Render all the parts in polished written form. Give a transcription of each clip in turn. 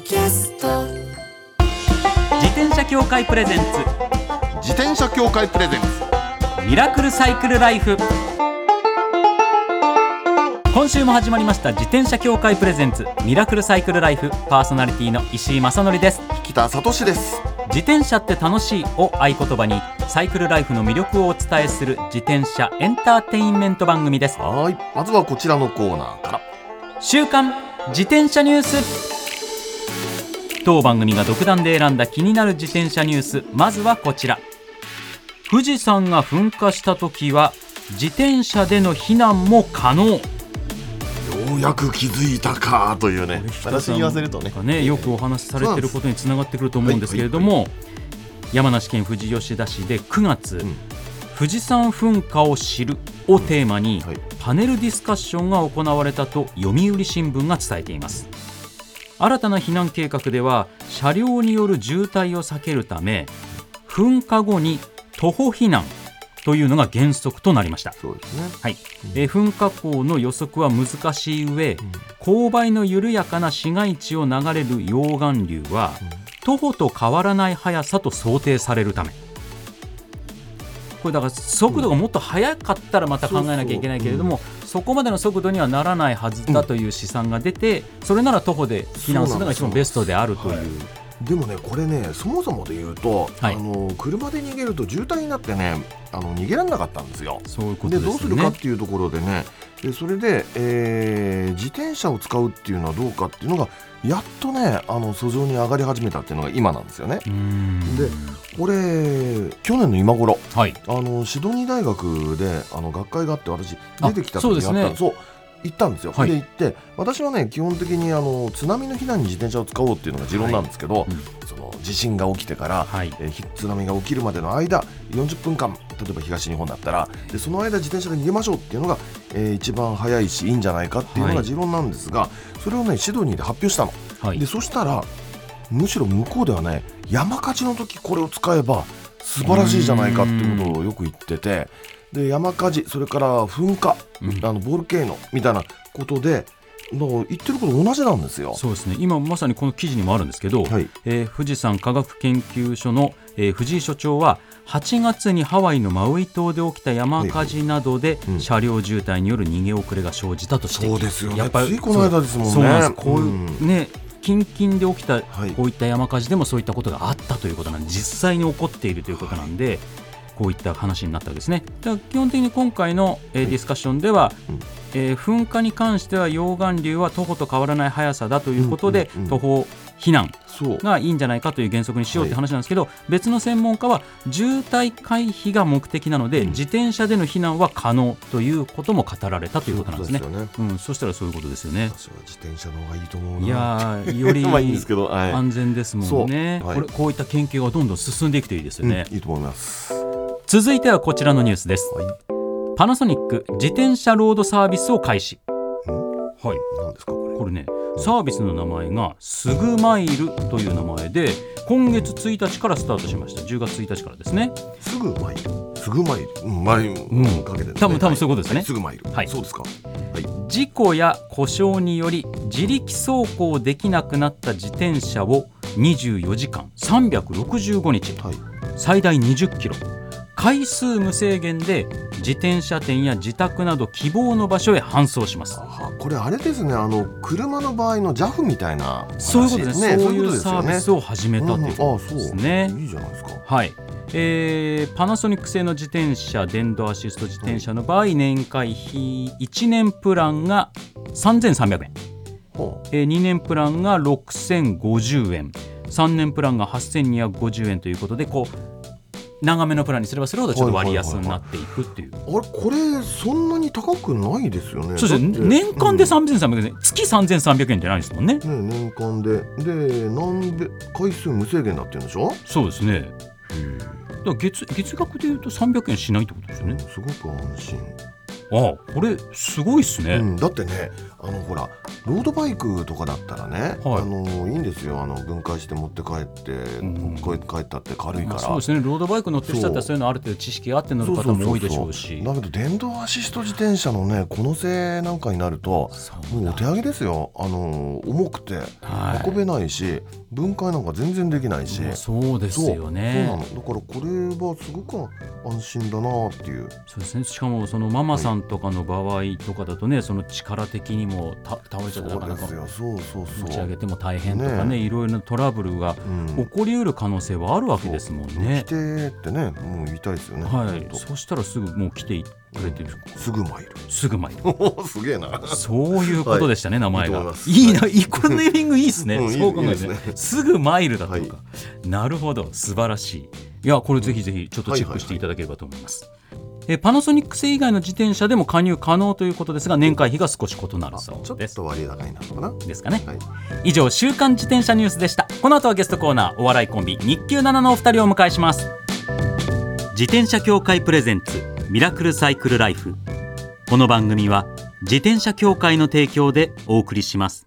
キャスト。 自転車協会プレゼンツ自転車協会プレゼンツミラクルサイクルライフ。今週も始まりました自転車協会プレゼンツミラクルサイクルライフ。パーソナリティの石井正則です。 北里志です。 自転車って楽しいを合言葉にサイクルライフの魅力をお伝えする自転車エンターテインメント番組です。 はい、まずはこちらのコーナーから。 週刊自転車ニュース。当番組が独断で選んだ気になる自転車ニュース、まずはこちら。富士山が噴火した時は自転車での避難も可能。 ようやく気づいたかというね、私に言わせるとね、 よくお話しされていることにつながってくると思うんですけれども、山梨県富士吉田市で9月、富士山噴火を知るをテーマに、パネルディスカッションが行われたと読売新聞が伝えています。新たな避難計画では車両による渋滞を避けるため噴火後に徒歩避難というのが原則となりました。 そうですね。 はい。噴火口の予測は難しい上、勾配の緩やかな市街地を流れる溶岩流は、徒歩と変わらない速さと想定されるため、これだから速度がもっと速かったらまた考えなきゃいけないけれども、そこまでの速度にはならないはずだという試算が出て、それなら徒歩で避難するのが一番ベストであるという。 でもね、これね、そもそもで言うと、車で逃げると渋滞になってね、逃げられなかったんですよ。 そういうことですね。 でどうするかっていうところでね、それで、自転車を使うっていうのはどうかっていうのがやっとね、訴状に上がり始めたっていうのが今なんですよね。でこれ去年の今頃、シドニー大学で学会があって、私出てきた時にあったんです。そう行ったんですよ。で行って、私はね基本的に津波の避難に自転車を使おうっていうのが持論なんですけど、その地震が起きてから、津波が起きるまでの間40分間、例えば東日本だったらでその間自転車で逃げましょうっていうのが、一番早いしいいんじゃないかっていうのが持論なんですが、それをねシドニーで発表したの。でそしたらむしろ向こうではね、山火事の時これを使えば素晴らしいじゃないかっていうことをよく言ってて、で山火事、それから噴火、ボルケーノみたいなことで言ってること同じなんですよ。 そうですね。今まさにこの記事にもあるんですけど、富士山科学研究所の、藤井所長は8月にハワイのマウイ島で起きた山火事などで、車両渋滞による逃げ遅れが生じたとしている。 そうですよね。 やっぱりついこの間ですもんね。 そうなんです。こういうね、近々で起きたこういった山火事でもそういったことがあったということなんで、実際に起こっているということなんで、こういった話になったわけですね。だから基本的に今回の、ディスカッションでは、噴火に関しては溶岩流は徒歩と変わらない速さだということで、徒歩避難がいいんじゃないかという原則にしようという話なんですけど、別の専門家は渋滞回避が目的なので、自転車での避難は可能ということも語られたということなんですね。そしたらそういうことですよね。 私は自転車の方がいいと思うな。 いやよりいいんですけど、 安全ですもんね。こういった研究がどんどん進んでいくといいですよね。 いいと思います。 続いてはこちらのニュースです。パナソニック自転車ロードサービスを開始。 何ですかこれね、サービスの名前がすぐマイルという名前で、今月1日からスタートしました。10月1日からですね。 すぐマイル、すぐマイル、マイルかけてる、 多分そういうことですね。 すぐマイル、そうですか。 事故や故障により自力走行できなくなった自転車を24時間365日、最大20キロ、回数無制限で自転車店や自宅など希望の場所へ搬送します。 これあれですね、車の場合の JAF みたいな、 そういうことですね。そういうサービスを始めたということですね。 いいじゃないですか。 パナソニック製の自転車、電動アシスト自転車の場合、年会費1年プランが3300円、2年プランが6050円、3年プランが8250円ということで、長めのプランにすればするほどちょっと割安になっていくっていう。 これそんなに高くないですよね。 そうですね。年間で3300円、月3300円じゃないですもんね。 年間で回数無制限だって言うんでしょ。 そうですね。だから月額でいうと300円しないってことですよね。 すごく安心。 これすごいっすね、 だってねほらロードバイクとかだったらね、いいんですよ分解して持って帰って、帰ったって軽いから、 そうですね、ロードバイク乗ってる人だったらそういうのある程度知識があって乗る方も多いでしょうし、 だけど電動アシスト自転車のねこのせなんかになるともうお手上げですよ。重くて運べないし、分解なんか全然できないし、 そうですよね。 そうなのだからこれはすごく安心だなっていう。 そうですね、しかもそのママさんとかの場合とかだとね、その力的にも倒れちゃってなかなか持ち上げても大変とかね、いろいろなトラブルが起こりうる可能性はあるわけですもんね。 来てってね、もう言いたいですよね。 そしたらすぐもう来てくれてる、 すぐマイルすげえなそういうことでしたね、名前がいいな、イコネーミングいいですね、そう考えてね、すぐマイルだとか、なるほど、素晴らしい。いや、これぜひぜひちょっとチェックしていただければと思います。パナソニック製以外の自転車でも加入可能ということですが、年会費が少し異なるそうです。 ちょっと割高になるのかなですかね、以上、週刊自転車ニュースでした。この後はゲストコーナー、お笑いコンビ日給7のお二人をお迎えします。自転車協会プレゼンツミラクルサイクルライフ。この番組は自転車協会の提供でお送りします。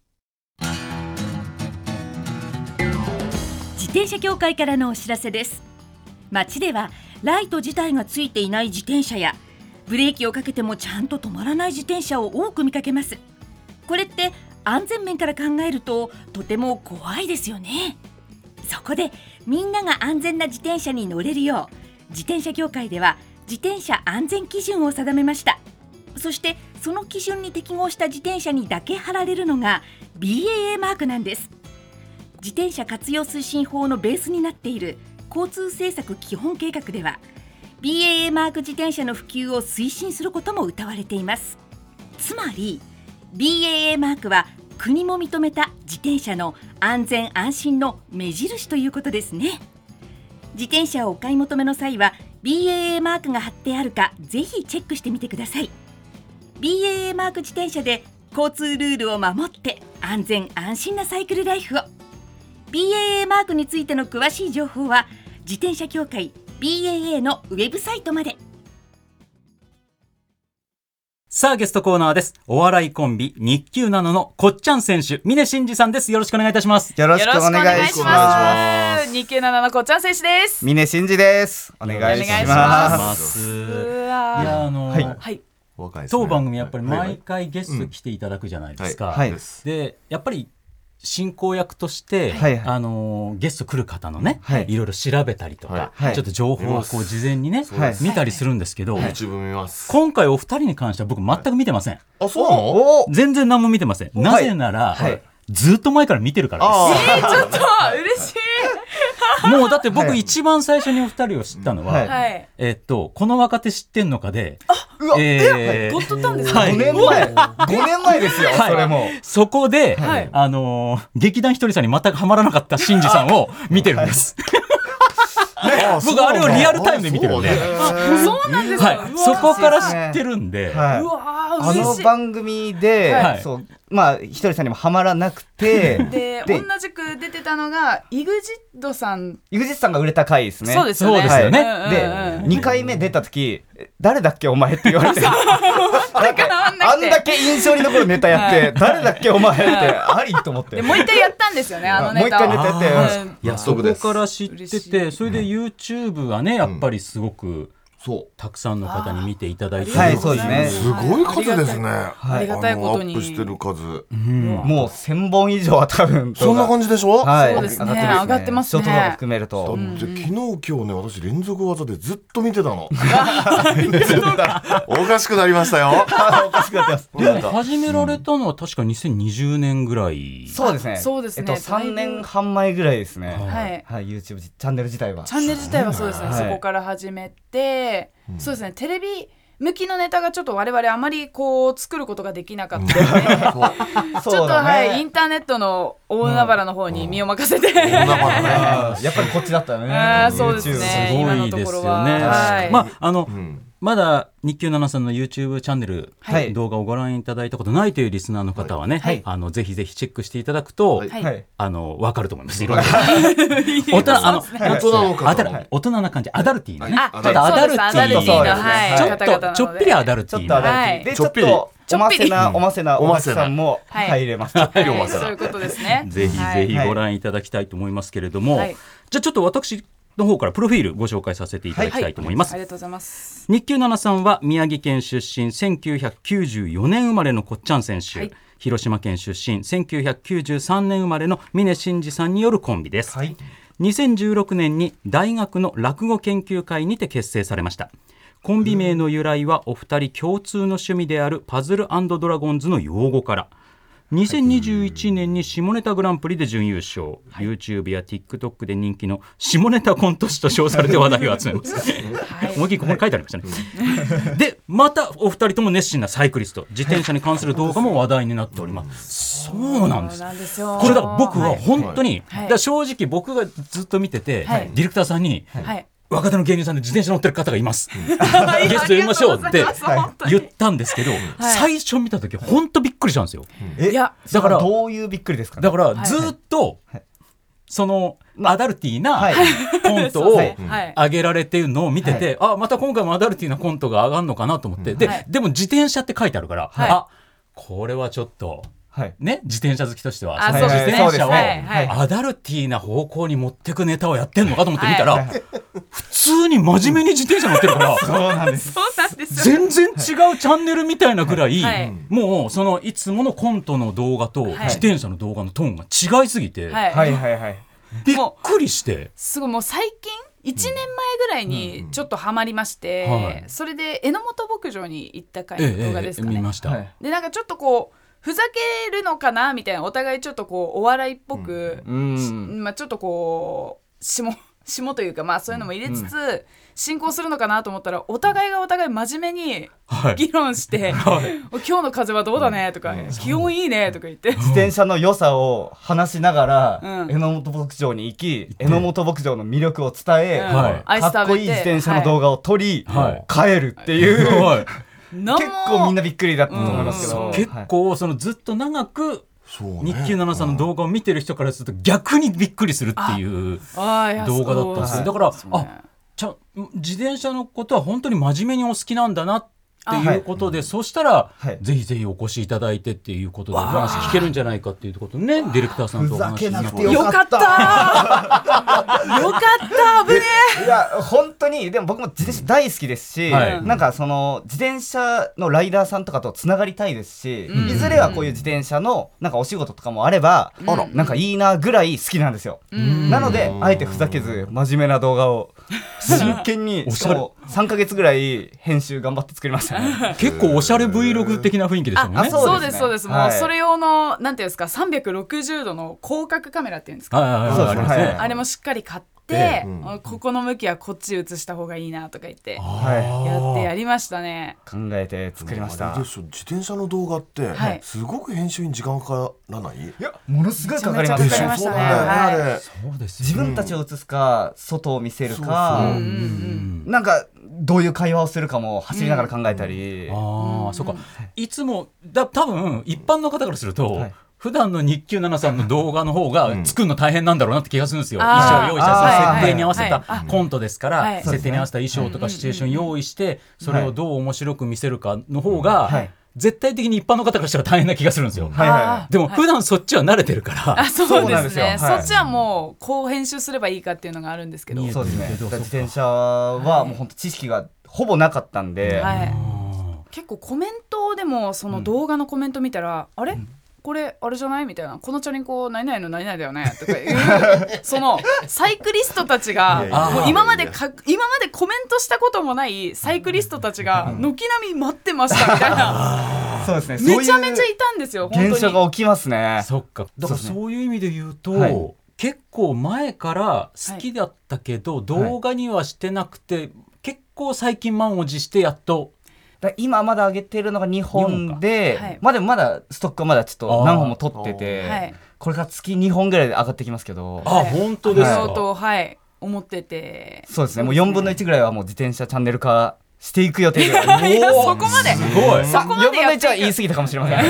自転車協会からのお知らせです。街ではライト自体がついていない自転車や、ブレーキをかけてもちゃんと止まらない自転車を多く見かけます。これって安全面から考えるととても怖いですよね。そこでみんなが安全な自転車に乗れるよう、自転車協会では自転車安全基準を定めました。そしてその基準に適合した自転車にだけ貼られるのが BAA マークなんです。自転車活用推進法のベースになっている交通政策基本計画では BAA マーク自転車の普及を推進することも謳われています。つまり BAA マークは国も認めた自転車の安全安心の目印ということですね。自転車をお買い求めの際は BAA マークが貼ってあるかぜひチェックしてみてください。 BAA マーク自転車で交通ルールを守って安全安心なサイクルライフを。 BAA マークについての詳しい情報は自転車協会 BAA のウェブサイトまで。 さあ、ゲストコーナーです。お笑いコンビ日給7のこっちゃん選手、峰真司さんです。よろしくお願いいたします。 よろしくお願いします。 日給7のこっちゃん選手です。 峰真司です。お願いします。 いや、当番組やっぱり毎回ゲスト来ていただくじゃないですか。で、やっぱり進行役として、ゲスト来る方のね、いろいろ調べたりとか、ちょっと情報をこう事前にね、見たりするんですけど、今回お二人に関しては僕全く見てません。 あ、そうなの？ 全然何も見てません。なぜなら、ずっと前から見てるからです。 ちょっと嬉しい。 もうだって僕一番最初にお二人を知ったのは、この若手知ってんのかで、 ゴッドタンですか ？5年前ですよ、それも。 そこで、劇団ひとりさんに全くハマらなかった真司さんを見てるんです。僕あれをリアルタイムで見てるんで、 そうなんですか。 そこから知ってるんで、 あの番組でひとりさんにもハマらなくて、 で同じく出てたのが EXIT さんが売れた回ですね。 そうですよね。 で 2回目出た時、誰だっけお前って言われて、あんだけ印象に残るネタやって誰だっけお前ってありと思って、 もう一回やったんですよね、あのネタ。 もう一回ネタやって、 いや、そこから知ってて、それで YouTube がね、やっぱりすごくたくさんの方に見ていただいて、 そうですね。 すごい数ですね。 ありがたいことにアップしてる数、 もう1000本以上は多分。 そんな感じでしょ？ そうですね、上がってますね。 ショート動画含めると。 だって昨日今日ね、私連続技でずっと見てたの。おかしくなりましたよ。 おかしくなってます。 でも始められたのは確か2020年ぐらい。 そうですね。3年半前ぐらいですね。 はい。 YouTube チャンネル自体はそうですね。そこから始めて、そうですね。テレビ向きのネタがちょっと我々あまりこう作ることができなかったので、ちょっとインターネットの大海原の方に身を任せて、 やっぱりこっちだったよね。 そうですね。 すごいですよね。 まだ日給7さんの YouTube チャンネル、 はい、 動画をご覧いただいたことないというリスナーの方はね、 はい、 ぜひぜひチェックしていただくと、 はい、 分かると思います。いろんな大人な感じ、アダルティーなね、ちょっとアダルティー、ちょっぴりアダルティーな、 でちょっとおませなおばさんも入れます。 そういうことですね。 ぜひぜひご覧いただきたいと思いますけれども、じゃあちょっと私の方からプロフィールご紹介させていただきたいと思います。 ありがとうございます。 日給7さんは宮城県出身、1994年生まれのこっちゃん選手、広島県出身、1993年生まれの峰真司さんによるコンビです。2016年に大学の落語研究会にて結成されました。コンビ名の由来はお二人共通の趣味であるパズル&ドラゴンズの用語から。2021年に下ネタグランプリで準優勝、YouTube や TikTok で人気の下ネタコント師と称されて話題を集めます、思いっきりここに書いてありましたねでまたお二人とも熱心なサイクリスト、自転車に関する動画も話題になっております。そうなんです。これだから僕は本当に、だから正直僕がずっと見てて、ディレクターさんに、若手の芸人さんで自転車乗ってる方がいます、ゲスト呼びましょうって言ったんですけど、最初見た時本当びっくりしたんですよ。 だからどういうびっくりですかね。 だからずっとそのアダルティーなコントを上げられてるのを見てて、また今回もアダルティーなコントが上がるのかなと思って、でも自転車って書いてあるから、これはちょっとね、自転車好きとしてはその自転車をアダルティーな方向に持ってくネタをやってんのかと思って見たら、普通に真面目に自転車乗ってるから、 そうなんです、 全然違うチャンネルみたいなぐらい、もうそのいつものコントの動画と自転車の動画のトーンが違いすぎて、びっくりして、 すごいもう最近1年前ぐらいにちょっとハマりまして、それで榎本牧場に行った回の動画ですかね、 見ました。 でなんかちょっとこうふざけるのかなみたいな、お互いちょっとこうお笑いっぽく、ちょっとこう下というか、そういうのも入れつつ進行するのかなと思ったら、お互いがお互い真面目に議論して、今日の風はどうだねとか、気温いいねとか言って、 自転車の良さを話しながら榎本牧場に行き、榎本牧場の魅力を伝え、かっこいい自転車の動画を撮り、帰るっていう結構みんなびっくりだったと思いますけど、 結構そのずっと長く日給7さんの動画を見てる人からすると逆にびっくりするっていう動画だったんですよ。だから自転車のことは本当に真面目にお好きなんだなっていうことで、そしたらぜひぜひお越しいただいてっていうことでお話聞けるんじゃないかっていうことね、ディレクターさんとお話しなってよかったよかった危ねえ。いや本当にでも僕も自転車大好きですし、なんかその自転車のライダーさんとかとつながりたいですし、いずれはこういう自転車のなんかお仕事とかもあれば、なんかいいなぐらい好きなんですよ。なのであえてふざけず真面目な動画を真剣にしかも3ヶ月ぐらい編集頑張って作りましたね。 結構おしゃれ Vlog 的な雰囲気でしたもんね。 そうですそうです、もうそれ用のなんていうんですか、360度の広角カメラっていうんですか、あれもしっかり買って、ここの向きはこっち映した方がいいなとか言ってやってやりましたね。 考えて作りました。 自転車の動画ってすごく編集に時間かからない？いやものすごいかかりますね。自分たちを映すか外を見せるか、なんかどういう会話をするかも走りながら考えたり、 そうか、いつも多分一般の方からすると、普段の日給7さんの動画の方が作るの大変なんだろうなって気がするんですよ。衣装用意した、設定に合わせたコントですから、設定に合わせた衣装とかシチュエーション用意して、それをどう面白く見せるかの方が絶対的に一般の方からしたら大変な気がするんですよ。でも普段そっちは慣れてるから。 そうですね、そっちはもうこう編集すればいいかっていうのがあるんですけど、 そうですね、自転車はもう本当知識がほぼなかったんで、 結構コメントでもその動画のコメント見たら、あれこれあれじゃないみたいな、このチャリンコ何々の何々だよねとかいうそのサイクリストたちがもう今までコメントしたこともないサイクリストたちが軒並み待ってましたみたいなそうですね、 めちゃめちゃいたんですよ。本当に現象が起きますね。 そっか、だからそういう意味で言うと、結構前から好きだったけど、動画にはしてなくて、結構最近満を持してやっと今まだ上げてるのが2本で、でもまだストックはまだちょっと何本も取ってて、これから月2本ぐらいで上がってきますけど。 本当ですか。 と思ってて、 そうですね、もう4分の1ぐらいはもう自転車チャンネル化していく予定でいやそこまで、 すごい。 そこまでやっていく。 4分の1は言い過ぎたかもしれません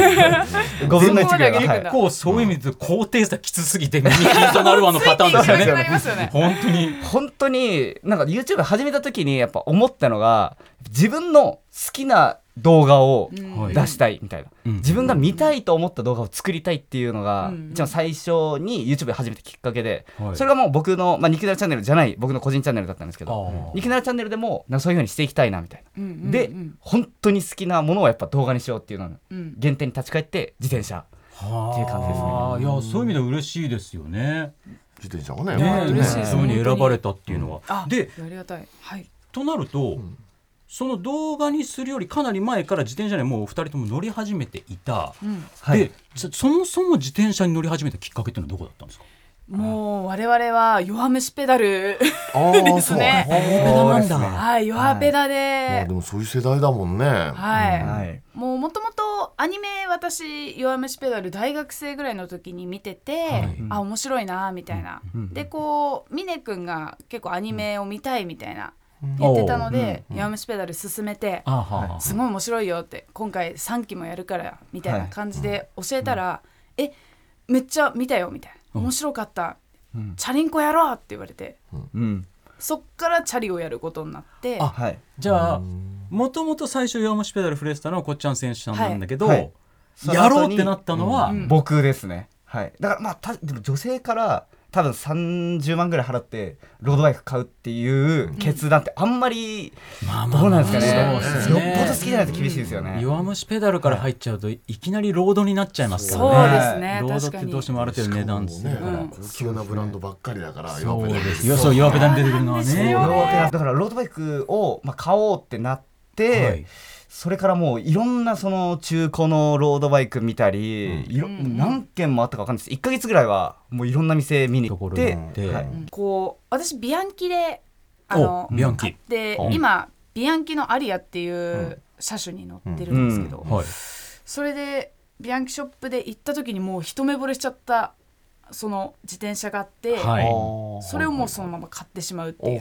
5分の1ぐらいは、 結構そういう意味で高低差きつすぎて耳キーとなるわのパターンですよね。 なりますよね。 本当になんか YouTube 始めた時にやっぱ思ったのが、自分の好きな動画を出したいみたいな、自分が見たいと思った動画を作りたいっていうのが一番最初に YouTube で始めたきっかけで、それがもう僕の、ニキナラチャンネルじゃない僕の個人チャンネルだったんですけど、ニキナラチャンネルでもなんかそういう風にしていきたいなみたいな、で本当に好きなものをやっぱ動画にしようっていうのの原点に立ち返って自転車っていう感じですね。 いやそういう意味では嬉しいですよね。 自転車がね嬉しいですそういう風に選ばれたっていうのは。 でありがたい、 となると、その動画にするよりかなり前から自転車にもう2人とも乗り始めていた、でそもそも自転車に乗り始めたきっかけっていうのはどこだったんですか？ もう我々は弱虫ペダルですね。弱ペダで、 でもそういう世代だもんね。 もともとアニメ私弱虫ペダル大学生ぐらいの時に見てて、面白いなみたいな、でこう峰君が結構アニメを見たいみたいな言ってたので、弱虫ペダル進めて、すごい面白いよって今回3期もやるからみたいな感じで教えたら、めっちゃ見たよみたいな、面白かった、チャリンコやろうって言われて、そっからチャリをやることになって、 じゃあもともと最初弱虫ペダル触れてたのはこっちゃん選手さんなんだけど、やろうってなったのは僕ですね。だからでも女性から多分30万ぐらい払ってロードバイク買うっていう決断ってあんまりどうなんですかね。よっぽど好きじゃないと厳しいですよね。 弱虫ペダルから入っちゃうといきなりロードになっちゃいますからね。そうですね。 ロードってどうしてもある程度値段するから、 高級なブランドばっかりだから。 そうですよ。そう弱ペダルに出てくるのはね。 だからロードバイクを買おうってなって、それからもういろんなその中古のロードバイク見たり、何件もあったか分かんないです。1ヶ月ぐらいはもういろんな店見に行って、 こう私ビアンキでビアンキで今ビアンキのアリアっていう車種に乗ってるんですけど、それでビアンキショップで行った時にもう一目惚れしちゃったその自転車があって、それをもうそのまま買ってしまうっていう、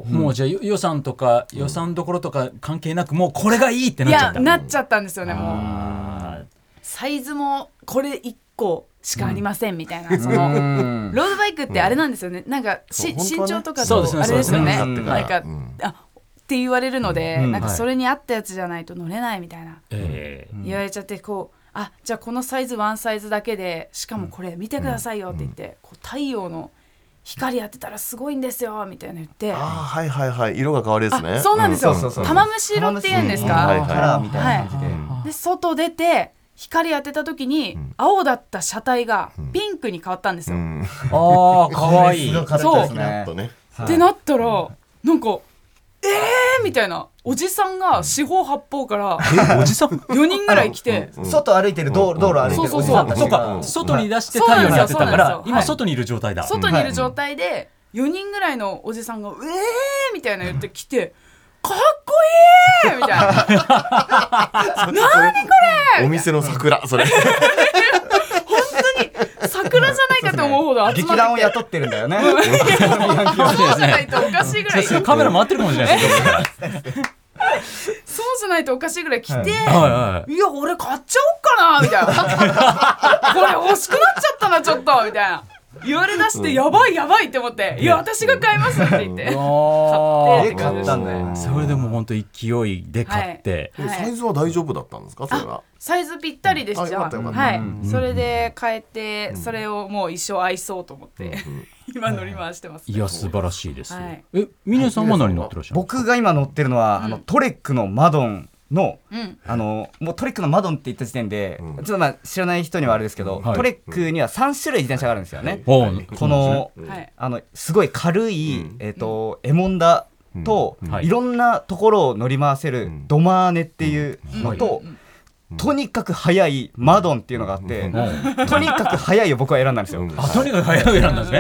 もうじゃあ予算とか予算どころとか関係なくもうこれがいいってなっちゃった。 なっちゃったんですよね。もうサイズもこれ1個しかありませんみたいな、そのロードバイクってあれなんですよね。なんか身長とかとあれですよね。なんかって言われるので、なんかそれに合ったやつじゃないと乗れないみたいな言われちゃって、こうじゃあこのサイズワンサイズだけで、しかもこれ見てくださいよって言って、こう太陽の光当てたらすごいんですよみたいな言って、 色が変わるですね。 そうなんですよ。玉虫色って言うんですか、 カラーみたいな感じで、外出て光当てた時に青だった車体がピンクに変わったんですよ。 かわいい。 そうってなったらなんかみたいな、おじさんが四方八方からおじさん 4人ぐらい来て、 外歩いてる道路歩いてるおじさんたちが外に出して太陽に当てたから今外にいる状態だ。 外にいる状態で4人ぐらいのおじさんがみたいな言ってきて、かっこいいみたいな何これお店の桜それ本当に桜じゃないかと思うほど集まって劇団を雇ってるんだよね。 そうじゃないとおかしいぐらいカメラ回ってるかもしれないですそうじゃないとおかしいぐらい来て、いや俺買っちゃおっかなみたいなこれ欲しくなっちゃったなちょっとみたいな言われだして、やばいやばいって思って、いや私が買いますって言って買ったんだよ。 それでも本当勢いで買って、 サイズは大丈夫だったんですか？それはサイズぴったりでした。それで買えて、それをもう一生愛そうと思って今乗り回してます。 いや素晴らしいです。峰さんは何乗ってらっしゃる？ 僕が今乗ってるのはトレックのマドンのもうトレックのマドンって言った時点でちょっと知らない人にはあれですけど、トレックには3種類自転車があるんですよね。このすごい軽いエモンダといろんなところを乗り回せるドマーネっていうのと、とにかく速いマドンっていうのがあって、とにかく速いを僕は選んだんですよ。 とにかく速いを選んだんですね。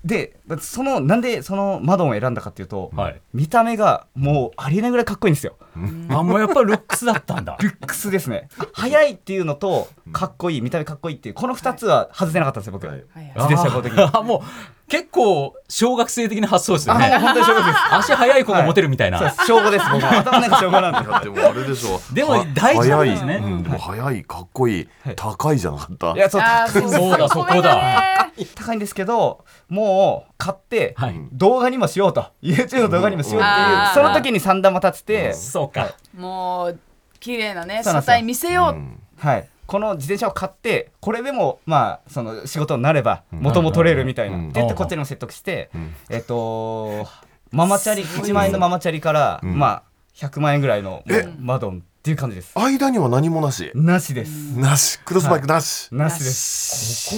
でなんでそのマドンを選んだかっていうと、 はい、 見た目がもうありえないぐらいかっこいいんですよ。 もうやっぱりルックスだったんだ。 ルックスですね。速いっていうのとかっこいい、見た目かっこいいっていうこの2つは外せなかったんですよ僕、自転車買う時に。 もう結構小学生的な発想ですよね。 本当に小学生です。 足速い子がモテるみたいな。 小5です僕は。頭の中小5なんで。 でもあれでしょ。 でも大事なんですね。 でも速い、かっこいい、高いじゃなかった。 いやそうだそこだ。 高いんですけど、もう買って動画にもしようと、YouTube の動画にもしようっていう、その時に3段も立てて、 そうか。 もう綺麗なね車体見せよう。 はい。この自転車を買ってこれでもまあその仕事になれば元も取れるみたいなって言ってこっちにも説得して、ママチャリ1万円のママチャリからまあ100万円ぐらいのマドンっていう感じです。 間には何もなし。 なしです。 なし。クロスバイクなし。 なしです。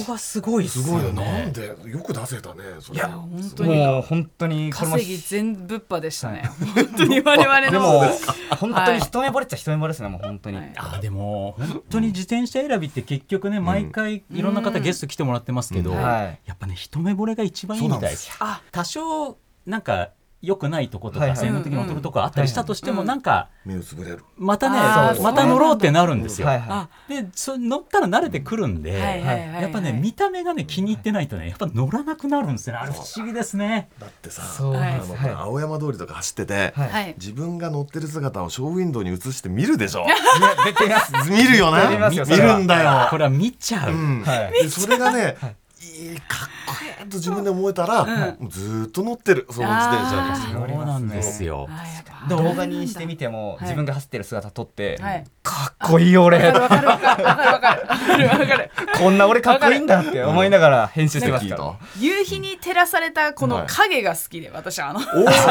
ここがすごいですよね。 すごいよ。 なんでよく出せたね。それ。 いや本当にもう本当に稼ぎ全ぶっぱでしたね。本当に我々の。 でも本当に一目惚れっちゃ一目惚れですね。もう本当に。 でも本当に自転車選びって結局ね、毎回いろんな方ゲスト来てもらってますけど、やっぱね一目惚れが一番いいみたいです。多少なんか良くないとことか性能的に劣るとこあったりしたとしても、なんか目をつぶれる、 またねまた乗ろうってなるんですよ。で乗ったら慣れてくるんで、やっぱね見た目がね気に入ってないとねやっぱ乗らなくなるんですよね。あれ不思議ですね。 だってさ、青山通りとか走ってて自分が乗ってる姿をショーウィンドウに映して見るでしょ。見るよね。見るんだよ。 これは見ちゃう。 それがねかっこいいと自分で思えたら、ずっと乗ってるその自転車に。 そうなんですよ。 動画にしてみても自分が走ってる姿撮ってかっこいいよ俺。 わかる。 こんな俺かっこいいんだって思いながら編集してますから。 夕日に照らされたこの影が好きで、私は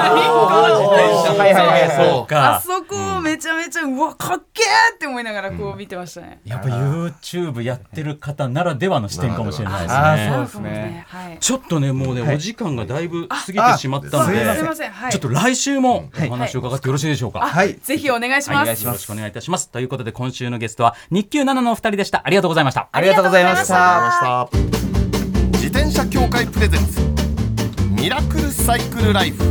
あそこをめちゃめちゃうわかっけーって思いながらこう見てましたね。 やっぱ YouTube やってる方ならではの視点かもしれないですね。 そうですね。 ちょっとねもうねお時間がだいぶ過ぎてしまったので、ちょっと来週もお話を伺ってよろしいでしょうか。 はい、ぜひお願いします。 よろしくお願いいたします。ということで今週のゲストは日給7のお二人でした。ありがとうございました。 ありがとうございました。 自転車協会プレゼンツミラクルサイクルライフ。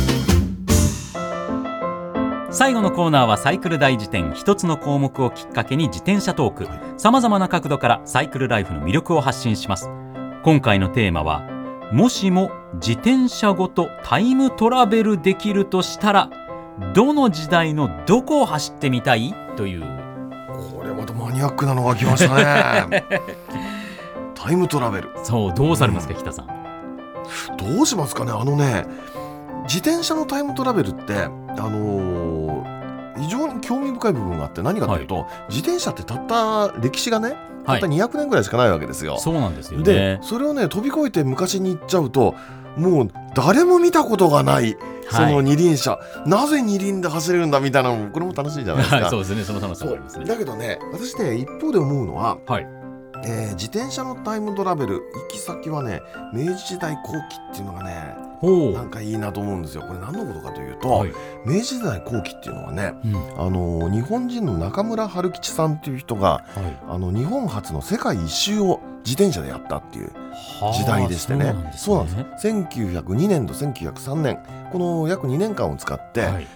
最後のコーナーはサイクル大辞典。一つの項目をきっかけに自転車トーク、さまざまな角度からサイクルライフの魅力を発信します。今回のテーマはもしも自転車ごとタイムトラベルできるとしたらどの時代のどこを走ってみたいという。 これまたマニアックなのが来ましたね。タイムトラベル。 そうどうされますか、北さん。 どうしますかね。自転車のタイムトラベルって非常に興味深い部分があって、何かというと、自転車ってたった歴史がねたった200年ぐらいしかないわけですよ。 そうなんですよね。 でそれをね飛び越えて昔に行っちゃうともう誰も見たことがないその二輪車、なぜ二輪で走れるんだみたいなのもこれも楽しいじゃないですか。 そうですね、その楽しさもありますね。 だけどね私ね一方で思うのは、自転車のタイムトラベル行き先はね明治時代後期っていうのがねなんかいいなと思うんですよ。これ何のことかというと、明治時代後期っていうのはね、日本人の中村春吉さんっていう人が、日本初の世界一周を自転車でやったっていう時代でしてね。そうなんです。1902年と1903年この約2年間を使って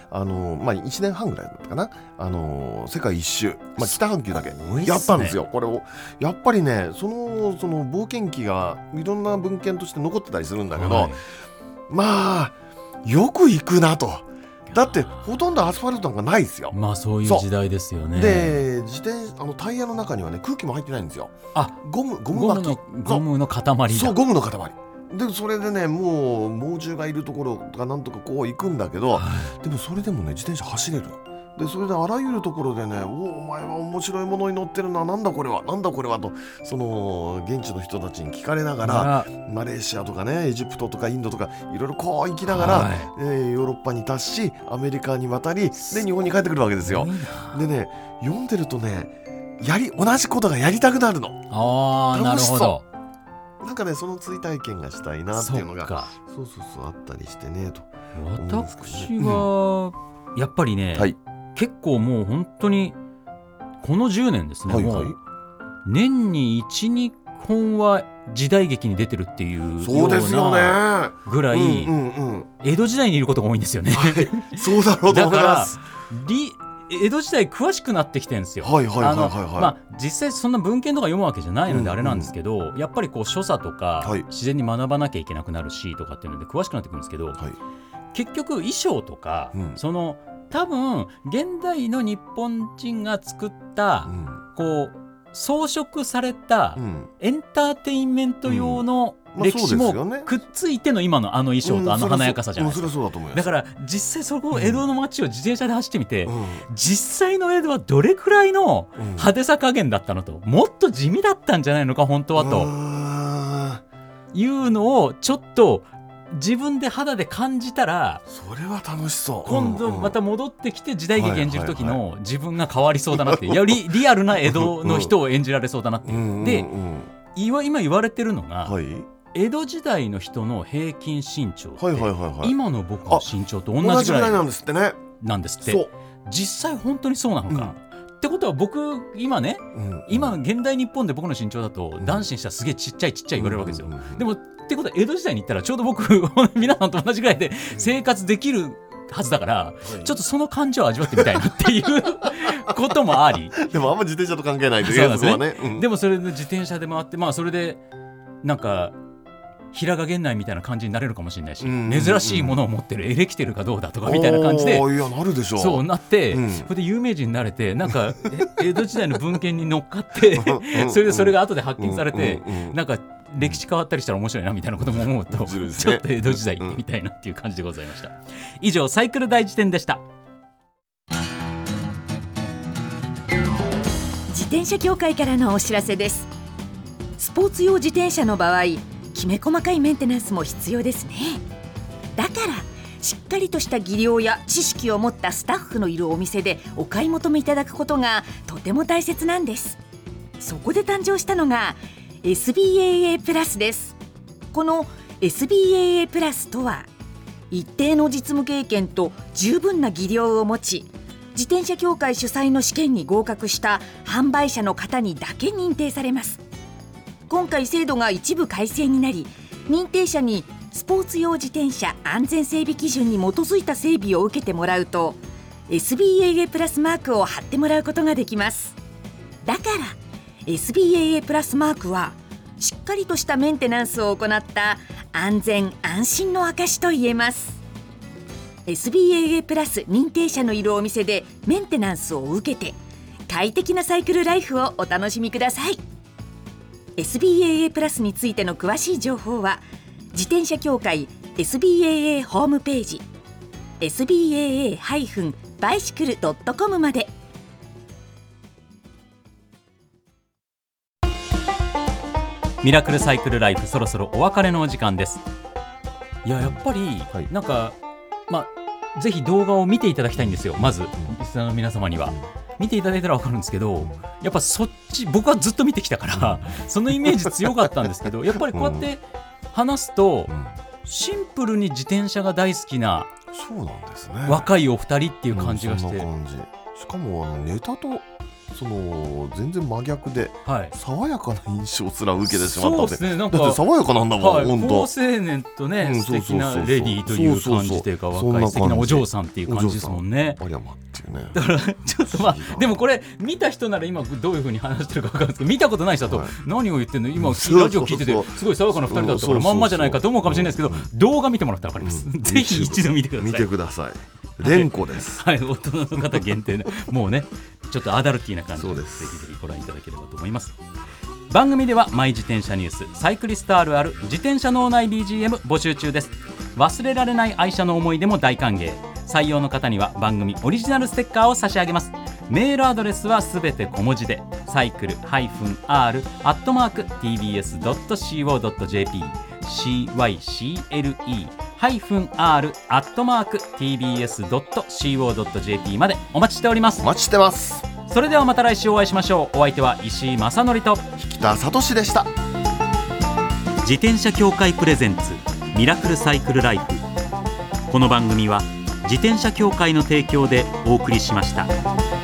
、1年半ぐらいだったかな、世界一周、北半球だけやったんですよ。これをやっぱりねその冒険記がいろんな文献として残ってたりするんだけど、まあよく行くなと。だってほとんどアスファルトなんかないですよ。 そういう時代ですよね。 でタイヤの中にはね空気も入ってないんですよ。ゴム巻き、 ゴムの塊だ。 そうゴムの塊で、それでねもう猛獣がいるところとかなんとかこう行くんだけど、でもそれでもね自転車走れるので、それであらゆるところでねお前は面白いものに乗ってるな、なんだこれはとその現地の人たちに聞かれながら、マレーシアとかねエジプトとかインドとかいろいろこう行きながら、ヨーロッパに達しアメリカに渡りで日本に帰ってくるわけですよ。でね読んでるとね同じことがやりたくなるの。 なるほど。 なんかねその追体験がしたいなっていうのがそうあったりしてねと。 私はやっぱりね、結構もう本当にこの10年ですね、もう年に 1,2 本は時代劇に出てるっていうそよううですよねなぐらい江戸時代にいることが多いんですよね、 はい、そうだろうと思います。 だから江戸時代詳しくなってきてるんですよ。実際そんな文献とか読むわけじゃないのであれなんですけど、やっぱりこう所作とか自然に学ばなきゃいけなくなるしとかっていうので詳しくなってくるんですけど、結局衣装とか、その多分現代の日本人が作った、こう装飾されたエンターテインメント用の歴史もくっついての今のあの衣装とあの華やかさじゃないですか。だから実際そこ江戸の街を自転車で走ってみて、実際の江戸はどれくらいの派手さ加減だったのと、もっと地味だったんじゃないのか本当はというのをちょっと自分で肌で感じたら、 それは楽しそう。 今度また戻ってきて時代劇演じる時の自分が変わりそうだなってよりリアルな江戸の人を演じられそうだなっていうで、今言われてるのが、江戸時代の人の平均身長って、今の僕の身長と同じぐらいなんですってね。なんですって。実際本当にそうなのか、ってことは僕今ね、今現代日本で僕の身長だと男子にしたらすげえちっちゃい言われるわけですよ。でもってことは江戸時代に行ったらちょうど僕皆さんと同じぐらいで生活できるはずだから、ちょっとその感じを味わってみたいなっていうこともありでもあんま自転車と関係ないというやつはね、 でもそれで自転車で回って、それでなんか平賀源内みたいな感じになれるかもしれないし、珍しいものを持ってるエレキテルかどうだとかみたいな感じで、 いやなるでしょう。 そうなって、それで有名人になれて、なんか江戸時代の文献に乗っかってそれが後で発見されて、なんか歴史変わったりしたら面白いなみたいなことも思うと、ちょっと江戸時代行ってみたいなっていう感じでございました。以上サイクル大辞典でした。 自転車協会からのお知らせです。スポーツ用自転車の場合、きめ細かいメンテナンスも必要ですね。だからしっかりとした技量や知識を持ったスタッフのいるお店でお買い求めいただくことがとても大切なんです。そこで誕生したのが SBAA プラスです。この SBAA プラスとは、一定の実務経験と十分な技量を持ち、自転車協会主催の試験に合格した販売者の方にだけ認定されます。今回制度が一部改正になり、認定者にスポーツ用自転車安全整備基準に基づいた整備を受けてもらうと SBAA プラスマークを貼ってもらうことができます。だから SBAA プラスマークはしっかりとしたメンテナンスを行った安全安心の証と言えます。 SBAA プラス認定者のいるお店でメンテナンスを受けて快適なサイクルライフをお楽しみください。 SBAA プラスについての詳しい情報は自転車協会 SBAA ホームページ SBAA-bicycle.com まで。 ミラクルサイクルライフ、そろそろお別れのお時間です。やっぱり、なんかぜひ動画を見ていただきたいんですよ。まずリスナーの皆様には見ていただいたら分かるんですけど、やっぱそっち僕はずっと見てきたからそのイメージ強かったんですけど、やっぱりこうやって話すと、シンプルに自転車が大好きな若いお二人っていう感じがして、しかもネタと全然真逆で、爽やかな印象すら受けてしまったので、 そうですね、なんかだって爽やかなんだもん、本当高青年とね、素敵なレディーという感じというか、若い素敵なお嬢さんっていう感じですもんね。だからちょっとでもこれ見た人なら今どういう風に話してるか分かるんですけど、見たことない人だと何を言ってんの、今ラジオ聞いててすごい爽やかな2人だったからまんまじゃないかと思うかもしれないですけど、動画見てもらったら分かります。ぜひ一度見てください。 見てください。連呼です。 大人の方限定でもうね、ちょっとアダルティーな感じでぜひぜひご覧いただければと思います。番組ではマイ自転車ニュース、サイクリストあるある、自転車脳内 BGM 募集中です。忘れられない愛車の思い出も大歓迎。採用の方には番組オリジナルステッカーを差し上げます。メールアドレスはすべて小文字で、サイクル-r@tbs.co.jp cycle-r@tbs.co.jp までお待ちしております。 お待ちしてます。 それではまた来週お会いしましょう。お相手は石井正則と引田聡でした。 自転車協会プレゼンツミラクルサイクルライフ。この番組は自転車協会の提供でお送りしました。